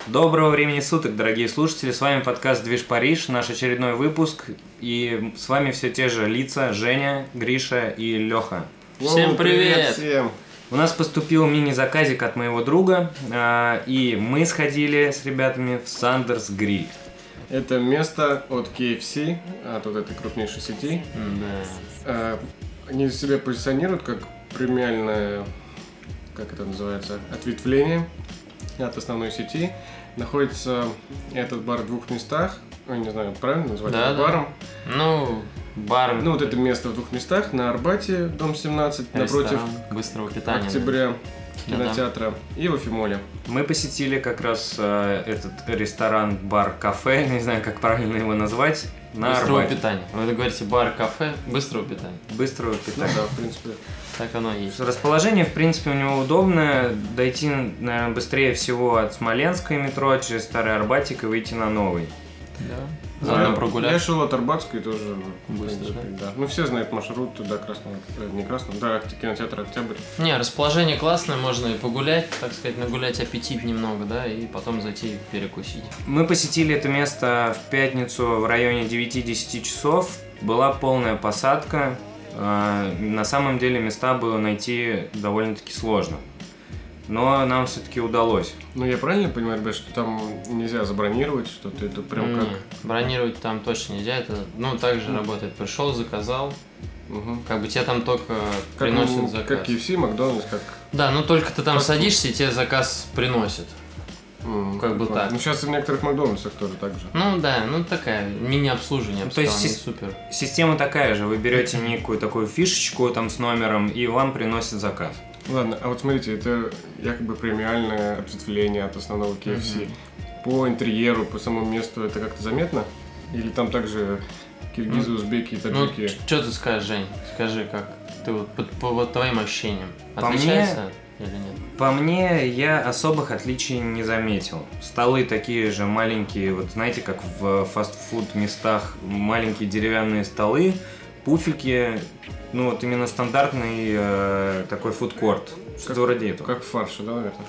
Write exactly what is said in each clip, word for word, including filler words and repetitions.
Доброго времени суток, дорогие слушатели, с вами подкаст «Движ Париж», наш очередной выпуск, и с вами все те же лица: Женя, Гриша и Леха. Всем привет! Всем. У нас поступил мини-заказик от моего друга, и мы сходили с ребятами в Sanders Grill. Это место от кей эф си, от вот этой крупнейшей сети. Да. Они себя позиционируют как премиальное, как это называется, ответвление от основной сети. Находится этот бар в двух местах. Я не знаю, правильно назвать да, это баром? Да. Ну, бар. Ну, вот это место в двух местах. На Арбате, дом семнадцать, ресторан напротив быстрого питания, Октября, да. кинотеатра, да. И в Афимоле. Мы посетили как раз э, этот ресторан, бар, кафе, не знаю, как правильно его назвать, на быстрого Арбате. питания. Вы говорите бар, кафе, быстрого питания. Быстрого питания. Ну, да, в принципе. Так оно и есть. Расположение, в принципе, у него удобное. Дойти, наверное, быстрее всего от Смоленской метро, через Старый Арбатик и выйти на Новый. Да. Заодно прогуляться. Я шел от Арбатской тоже. Быстро, принципе, да? да. Ну, все знают маршрут туда, красного, не красного, да, кинотеатр Октябрь. Не, расположение классное, можно и погулять, так сказать, нагулять аппетит немного, да, и потом зайти перекусить. Мы посетили это место в пятницу в районе девять-десять часов. Была полная посадка. На самом деле места было найти довольно-таки сложно. Но нам все-таки удалось. Ну, я правильно понимаю, ребят, что там нельзя забронировать что-то? Это прям Не, как... бронировать там точно нельзя. Это, ну, так же работает. Пришел, заказал. Угу. Как бы тебе там только как, приносят ну, заказ. Как кей эф си, Макдональдс, как... Да, ну только ты там как... садишься, и тебе заказ приносят. Mm, как бы прикольно. так. Ну, сейчас в некоторых Макдональдсах тоже так же. Ну да, ну такая мини-обслуживание, ну, то есть не си- супер. Система такая же. Вы берете некую такую фишечку там с номером, и вам приносят заказ. Ладно, а вот смотрите, это якобы премиальное ответвление от основного кей эф си. Mm-hmm. По интерьеру, по самому месту это как-то заметно? Или там также киргизы, узбеки и таджики? Ну, что ты скажешь, Жень? Скажи, как ты вот по, по вот твоим ощущениям. По Отличается мне, или нет? По мне, я особых отличий не заметил. Столы такие же маленькие, вот знаете, как в фастфуд местах, маленькие деревянные столы, пуфики. Ну, вот именно стандартный э, такой фудкорт. Что-то вроде этого. Как в фарше, да, наверное?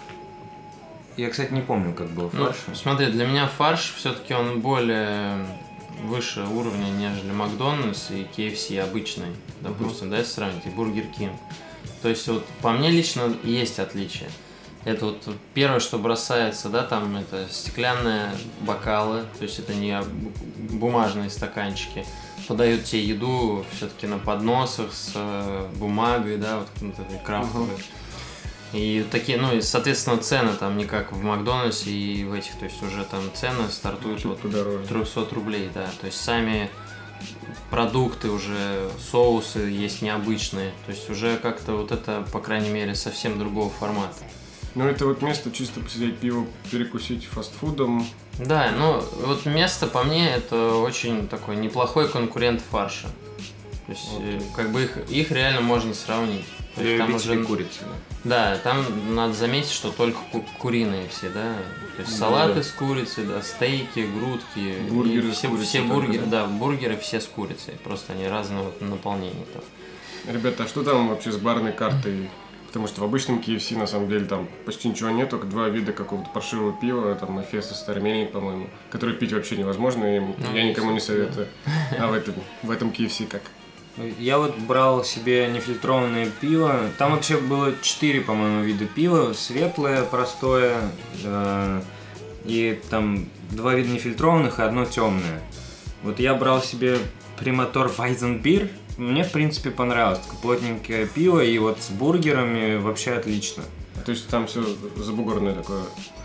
Я, кстати, не помню, как был Ну, фарш. смотри, для меня фарш все-таки он более выше уровня, нежели Макдональдс и кей эф си обычный, допустим, uh-huh. да, если сравнить, и Бургер Кинг. То есть, вот по мне лично есть отличие. Это вот первое, что бросается, да, там это стеклянные бокалы, то есть это не бумажные стаканчики. Подают тебе еду все-таки на подносах с бумагой, да, вот, вот этой крафтовой. Uh-huh. И такие, ну и соответственно цены там не как в Макдональдсе и в этих, то есть уже там цены стартуют от триста рублей, да. То есть сами продукты уже, соусы есть необычные, то есть уже как-то вот это, по крайней мере, совсем другого формата. Ну это вот место чисто посидеть, пиво перекусить фастфудом. Да, ну вот место по мне это очень такой неплохой конкурент фарша. То есть okay. как бы их, их реально можно сравнить. То Для есть, там уже курицы. Да, там надо заметить, что только ку- куриные все, да. То есть да, салаты да. с курицей, да, стейки, грудки, бургеры все, с курицей, все бургеры, да? да, бургеры все с курицей, просто они разного наполнения. Там. Ребята, а что там вообще с барной картой? Потому что в обычном кей эф си на самом деле там почти ничего нет, только два вида какого-то паршивого пива, там Эфес и Старый Мельник, по-моему, которые пить вообще невозможно, и ну, я никому не советую. Да. А в этом, в этом кей эф си как? Я вот брал себе нефильтрованное пиво. Там вообще было четыре, по-моему, вида пива. Светлое, простое, э- и там два вида нефильтрованных и одно темное. Вот я брал себе Приматор Вайзенбир. Мне, в принципе, понравилось. Плотненькое пиво, и вот с бургерами вообще отлично. То есть там все забугорное такое?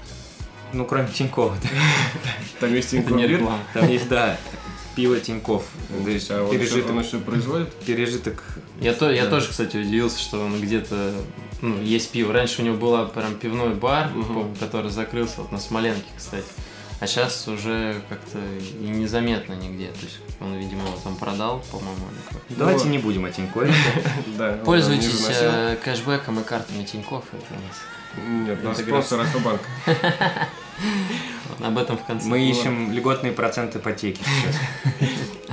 Ну, кроме Тинькова. Там есть Тинькофф бир? Там есть, да, пиво Тинькофф. А пережиток. Он еще производит? Пережиток. Я, то, я тоже, кстати, удивился, что он где-то, ну, есть пиво. Раньше у него был прям пивной бар, uh-huh. помню, который закрылся вот на Смоленке, кстати. А сейчас уже как-то и незаметно нигде. То есть он, видимо, его там продал, по-моему. Давайте ну, не будем о Тинькове. Пользуйтесь кэшбэком и картами Тинькофф. Нет, наш спонсор Альфа-банк. Об этом в конце. Мы ищем льготные проценты ипотеки сейчас.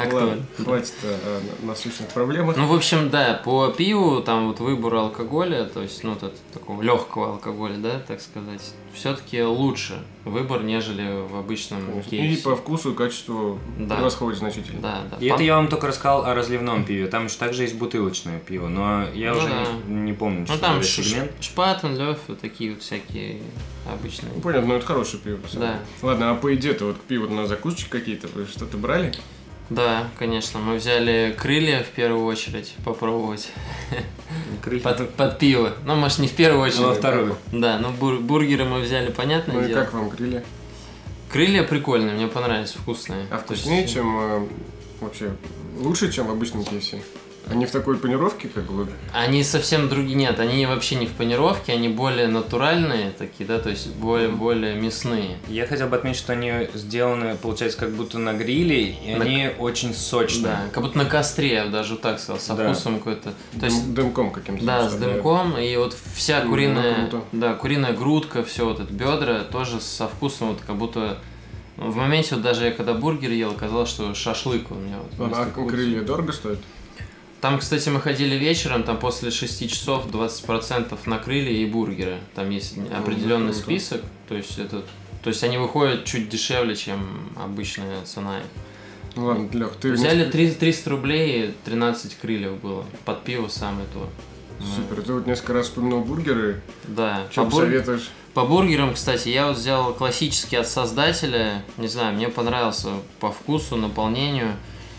актуально. Хватит о насущных проблемах. Ну, в общем, да, по пиву, там вот выбор алкоголя, то есть, ну, вот такого легкого алкоголя, да, так сказать, все-таки лучше выбор, нежели в обычном кейсе. И по вкусу и качеству да. превосходит значительно. Да, да. И по... это я вам только рассказал о разливном пиве. Там еще также есть бутылочное пиво, но я ну, уже да. не, не помню, что ну, там это ш- сегмент. Шпатен, Лёв, вот такие вот всякие обычные. Ну, понятно, но это хорошее пиво. Да. Ладно, а по еде-то вот к пиву на закусочки какие-то вы что-то брали? Да, конечно. Мы взяли крылья в первую очередь попробовать. Под, под пиво. Ну, может, не в первую очередь. Ну, во вторую. Да, но бур- бургеры мы взяли, понятное ну, дело. Ну и как вам крылья? Крылья прикольные, мне понравились, вкусные. А вкуснее, есть... чем э, вообще лучше, чем в обычном кей эф си? Они в такой панировке, как бы? Они совсем другие, нет, они вообще не в панировке, они более натуральные такие, да, то есть более, более мясные. Я хотел бы отметить, что они сделаны, получается, как будто на гриле, и на... они очень сочные. Да, как будто на костре, я бы даже так сказал, со да. вкусом какой-то. То есть... Дымком каким-то. Да, с дымком, и вот вся куриная, ну, да, куриная грудка, все вот это бедра тоже со вкусом, вот как будто... В моменте вот даже я когда бургер ел, казалось, что шашлык у меня. Вот, а крылья дорого стоят? Там, кстати, мы ходили вечером, там после шести часов двадцать процентов на крылья и бургеры. Там есть определенный ну, список, то есть, это, то есть они выходят чуть дешевле, чем обычная цена. Ну ладно, Лёх, ты... Взяли триста рублей, тринадцать крыльев было, под пиво самое то. Супер, мы... ты вот несколько раз вспоминал бургеры. Да. Что бур... посоветуешь? По бургерам, кстати, я вот взял классический от создателя, не знаю, мне понравился по вкусу, наполнению.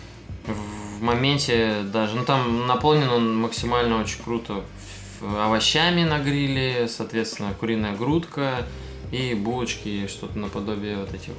В моменте даже, ну там наполнен он максимально очень круто овощами на гриле, соответственно, куриная грудка и булочки, что-то наподобие вот этих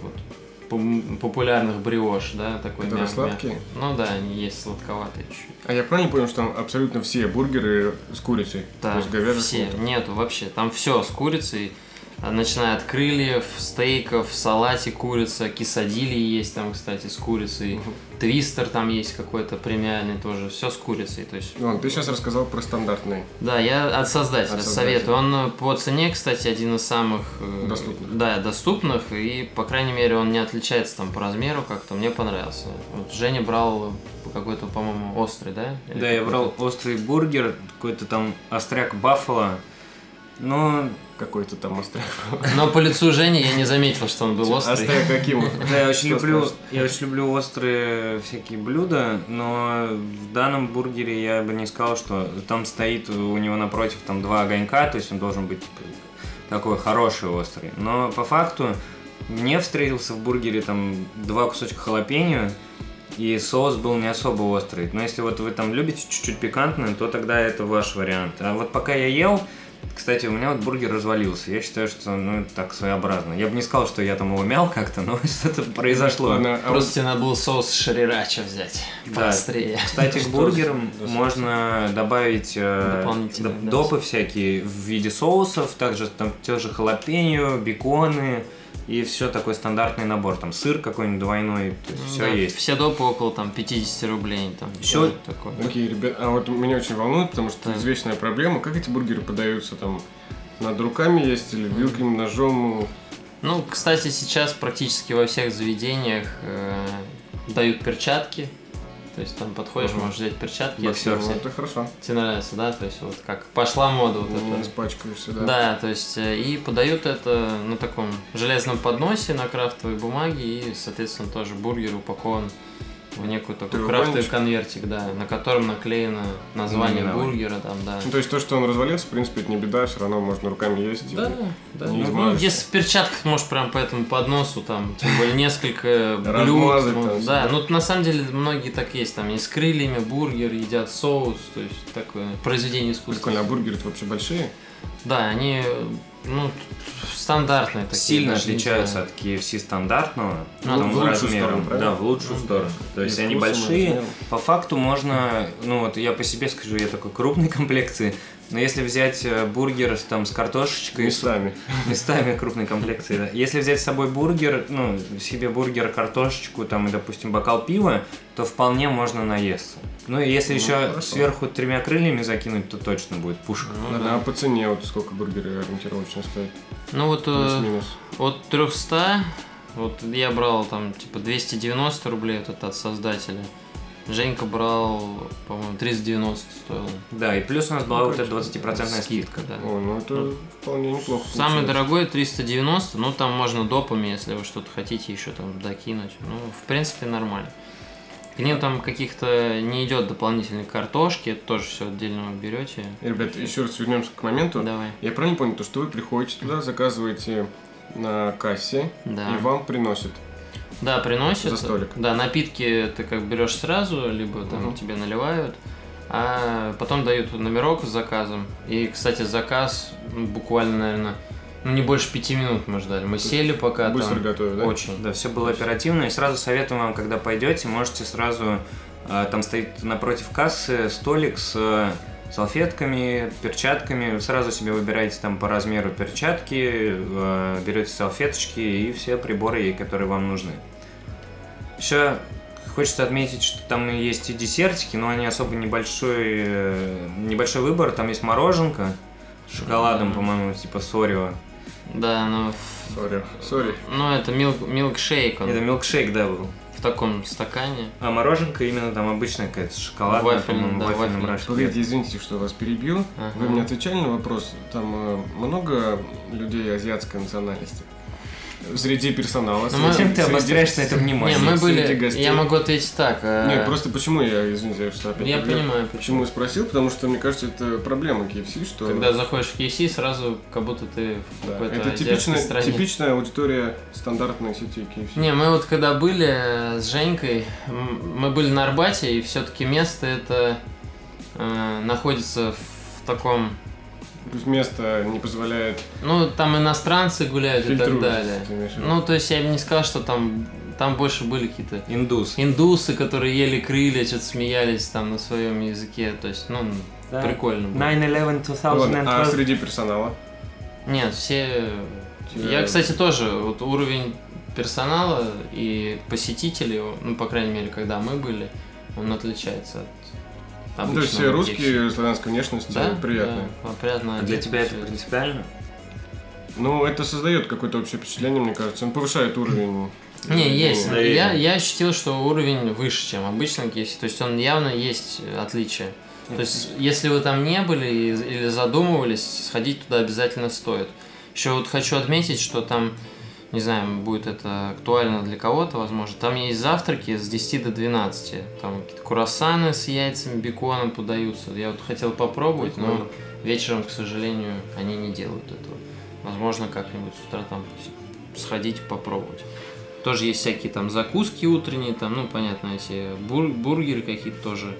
вот популярных бриош, да, такой которые мяг, сладкие? Мяг. Ну да, они есть сладковатые чуть-чуть. А я правильно понял, что там абсолютно все бургеры с курицей? Да, все, нету вообще, там все с курицей. Начиная от крыльев, стейков, салатик, курица, кисадили есть там, кстати, с курицей, угу. твистер там есть какой-то премиальный тоже, все с курицей. То есть... Ну, ты сейчас рассказал про стандартный. Да, я от создателя, от создателя советую. Он по цене, кстати, один из самых доступных. Да, доступных, и, по крайней мере, он не отличается там по размеру как-то, мне понравился. Вот Женя брал какой-то, по-моему, острый, да? Или да, я брал острый бургер, какой-то там остряк баффало, но... Какой-то там остряк. Но по лицу Жени я не заметил, что он был острый. Остряк каким? Да, я очень люблю, я очень люблю острые всякие блюда, но в данном бургере я бы не сказал, что там стоит у него напротив там два огонька, то есть он должен быть такой хороший острый. Но по факту мне встретился в бургере там два кусочка халапеньо, и соус был не особо острый. Но если вот вы там любите чуть-чуть пикантное, то тогда это ваш вариант. А вот пока я ел, кстати, у меня вот бургер развалился. Я считаю, что ну это так своеобразно. Я бы не сказал, что я там его мял как-то, но что-то произошло. Ладно, а Просто тебе надо было соус шрирача взять. Да. Поострее. Кстати, к бургерам можно добавить дополнительные допы всякие в виде соусов, также там те же халапеньо, беконы. И все такой стандартный набор, там сыр какой-нибудь двойной, то есть ну, все да, есть. Все допы около там пятьдесят рублей, там еще такое. Окей, ребят, а вот меня очень волнует, потому что да. извечная проблема, как эти бургеры подаются там, над руками есть или вилками, ножом? Ну, кстати, сейчас практически во всех заведениях э, дают перчатки. То есть там подходишь, uh-huh. можешь взять перчатки. Боксер, ну, это хорошо. Тебе нравится, да? То есть вот как пошла мода. Вот не это. испачкаешься, да. Да, то есть и подают это на таком железном подносе на крафтовой бумаге и, соответственно, тоже бургер упакован в некую такой крафтовый конвертик, да, на котором наклеено название ну, бургера, там, да. Ну, то есть то, что он развалился, в принципе, это не беда, все равно можно руками есть. Да, да. Ну, ну, если в перчатках можешь прям по этому подносу, там, тем более несколько блюд. Ну, да, ну на самом деле многие так есть, там, и с крыльями бургер, едят соус, то есть такое произведение искусства. Прикольно, а бургеры-то вообще большие? Да, они, ну, стандартные такие. Сильно отличаются от кей эф си стандартного, ну, там, в лучшую размером. сторону, да, в лучшую mm-hmm. сторону. То есть они большие. По факту можно, ну вот я по себе скажу, я такой крупной комплекции, но если взять бургер там с картошечкой... Местами. Местами крупной комплекции, да. Если взять с собой бургер, ну, себе бургер, картошечку, там, и, допустим, бокал пива, то вполне можно наесться. Ну, и если ну, еще хорошо. Сверху тремя крыльями закинуть, то точно будет пушка. Ну, да. А по цене вот сколько бургеры ориентировочно стоят? Ну, вот э, от трехсот Вот я брал там типа двести девяносто рублей вот это от создателя. Женька брал, по-моему, триста девяносто стоило. Да, и плюс у нас была ну, вот эта двадцатипроцентная скидка. Да. О, ну это ну, вполне неплохо. Самый получилось. Дорогой триста девяносто, ну там можно допами, если вы что-то хотите еще там докинуть. Ну, в принципе, нормально. К ним там каких-то не идет дополнительной картошки, это тоже все отдельно вы берете. Ребят, еще раз вернемся к моменту. Давай. Я правильно понял, то, что вы приходите туда, заказываете на кассе, да. и вам приносят. Да, приносят. За столик. Да, напитки ты как берешь сразу, либо там угу. тебе наливают, а потом дают номерок с заказом. И, кстати, заказ ну, буквально, наверное, ну не больше пяти минут мы ждали. Мы сели пока быстро там. готовы, да? Очень. Да, все было оперативно. И сразу советую вам, когда пойдете, можете сразу, там стоит напротив кассы столик с салфетками, перчатками. Сразу себе выбираете там по размеру перчатки, берете салфеточки и все приборы, которые вам нужны. Еще хочется отметить, что там есть и десертики, но они особо небольшой, небольшой выбор. Там есть мороженка с шоколадом, mm-hmm. по-моему, типа с Орео. Да, но... Сори. Сори. Ну, это милк, милкшейк. Он это милкшейк, да, был. В таком стакане. А мороженка именно там обычная какая-то шоколадная, по-моему, да, вафельном рожке. Погодите, извините, что вас перебью. Ага. Вы мне отвечали на вопрос. Там э, много людей азиатской национальности? Среди персонала. Ну, зачем ты среди... обостряешь на это внимание? Не, мы были... Я могу ответить так. А... Нет, просто почему я, извините, что опять... Я поговорю. понимаю, почему. Почему я спросил, потому что, мне кажется, это проблема кей эф си, что... Когда заходишь в кей эф си, сразу как будто ты в да. какой-то это типичная, стране. типичная аудитория стандартной сети кей эф си. Не, мы вот когда были с Женькой, мы были на Арбате, и все-таки место это э, находится в таком... То есть место не позволяет... Ну, там иностранцы гуляют и так далее. Ну, то есть я бы не сказал, что там, там больше были какие-то... Индусы. Индусы, которые ели крылья, что-то смеялись там на своем языке. То есть, ну, да. Прикольно было. найн элевен две тысячи двенадцать. А среди персонала? Нет, все... Я, я, кстати, тоже, вот уровень персонала и посетителей, ну, по крайней мере, когда мы были, он отличается от... Ну, то есть все русские, славянской внешности, да? Приятные. Да, приятно. А для тебя это принципиально? Ну, это создает какое-то общее впечатление, мне кажется. Он повышает уровень. Не, есть. Я, я ощутил, что уровень выше, чем обычно кей эф си. То есть он явно есть отличие. То есть, если вы там не были или задумывались, сходить туда обязательно стоит. Еще вот хочу отметить, что там, не знаю, будет это актуально для кого-то, возможно. Там есть завтраки с десяти до двенадцати. Там какие-то круассаны с яйцами, беконом подаются. Я вот хотел попробовать, но вечером, к сожалению, они не делают этого. Возможно, как-нибудь с утра там сходить попробовать. Тоже есть всякие там закуски утренние, там, ну, понятно, эти бур- бургеры какие-то тоже.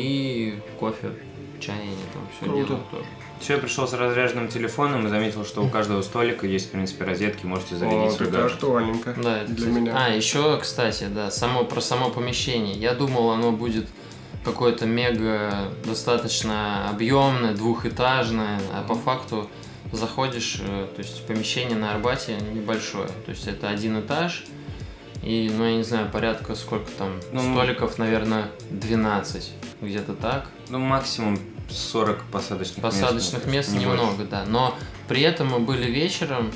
И кофе, чай они там все Круто. Делают тоже. Еще я пришел с разряженным телефоном и заметил, что у каждого столика есть, в принципе, розетки, можете зарядить свой гаджет. Это актуальненько. Да, это, для кстати. меня. А, еще, кстати, да, само, про само помещение. Я думал, оно будет какое-то мега достаточно объемное, двухэтажное, а по факту заходишь, то есть помещение на Арбате небольшое. То есть это один этаж. И, ну, я не знаю, порядка сколько там, ну, столиков, наверное, двенадцать, где-то так. Ну, максимум сорок посадочных, посадочных мест. Посадочных мест не немного, больше. Да. Но при этом мы были вечером,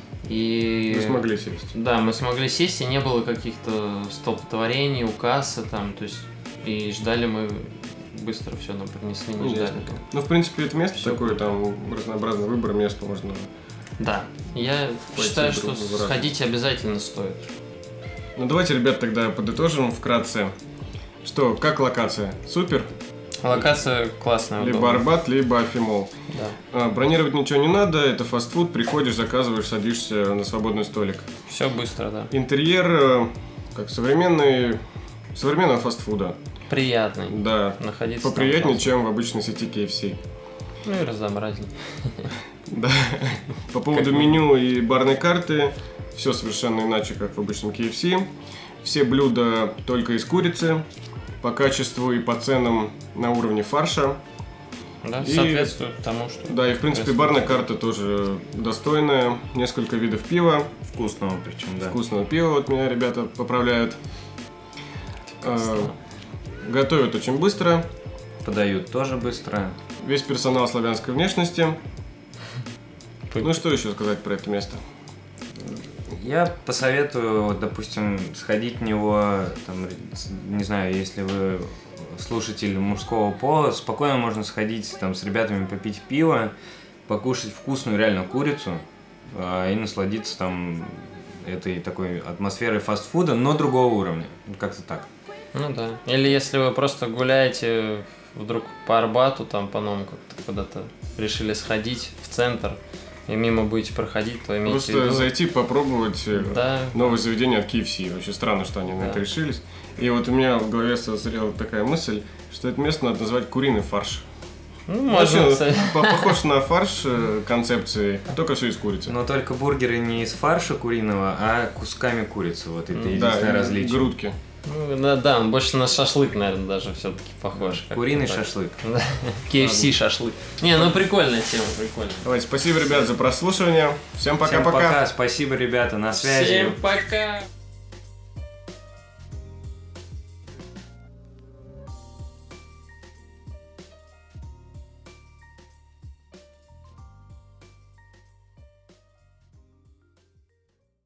и... Вы смогли сесть. Да, мы смогли сесть, и не было каких-то столпотворений у кассы там, то есть, и ждали мы... Быстро все нам принесли, не ждали. Ну, в принципе, это место всё такое, там разнообразный выбор места можно... Да, я считаю, что сходить обязательно стоит. Ну, давайте, ребят, тогда подытожим вкратце. Что, как локация? Супер? Локация классная. Либо удобная. Арбат, либо Афимол. Да. А, бронировать ничего не надо, это фастфуд, приходишь, заказываешь, садишься на свободный столик. Все быстро, да. Интерьер, как современный, современного фастфуда. Приятный. Да. Находиться поприятнее, чем в обычной сети кей эф си. Ну и разнообразнее. Да. По поводу меню и барной карты, все совершенно иначе, как в обычном кей эф си. Все блюда только из курицы, по качеству и по ценам на уровне фарша. Да, и, соответствует тому, что... Да, и в принципе барная карта тоже достойная. Несколько видов пива. Вкусного причем, да. Вкусного пива, вот меня ребята поправляют. А, готовят очень быстро. Подают тоже быстро. Весь персонал славянской внешности. Ну что еще сказать про это место? Я посоветую, вот, допустим, сходить в него, там, не знаю, если вы слушатель мужского пола, спокойно можно сходить там с ребятами попить пиво, покушать вкусную реально курицу э, и насладиться там этой такой атмосферой фастфуда, но другого уровня. Как-то так. Ну да. Или если вы просто гуляете вдруг по Арбату, там по новому как-то куда-то решили сходить в центр, и мимо будете проходить, то имейте Просто в виду. зайти попробовать Да. новое заведение от кей эф си. Вообще странно, что они на Да. это решились. И вот у меня в голове созрела такая мысль, что это место надо назвать куриный фарш. Ну, можно, Вообще, кстати. по- похож на фарш э, концепции, только все из курицы. Но только бургеры не из фарша куриного, а кусками курицы. Вот это Да, единственное Да, и различие. грудки. Ну, да, да, он больше на шашлык, наверное, даже все-таки похож. как-то Куриный так. шашлык. Да. кей эф си шашлык. Не, ну прикольная тема, прикольная. Давайте, спасибо, ребят, за прослушивание. Всем Всем пока-пока. пока, спасибо, ребята, на связи. Всем пока!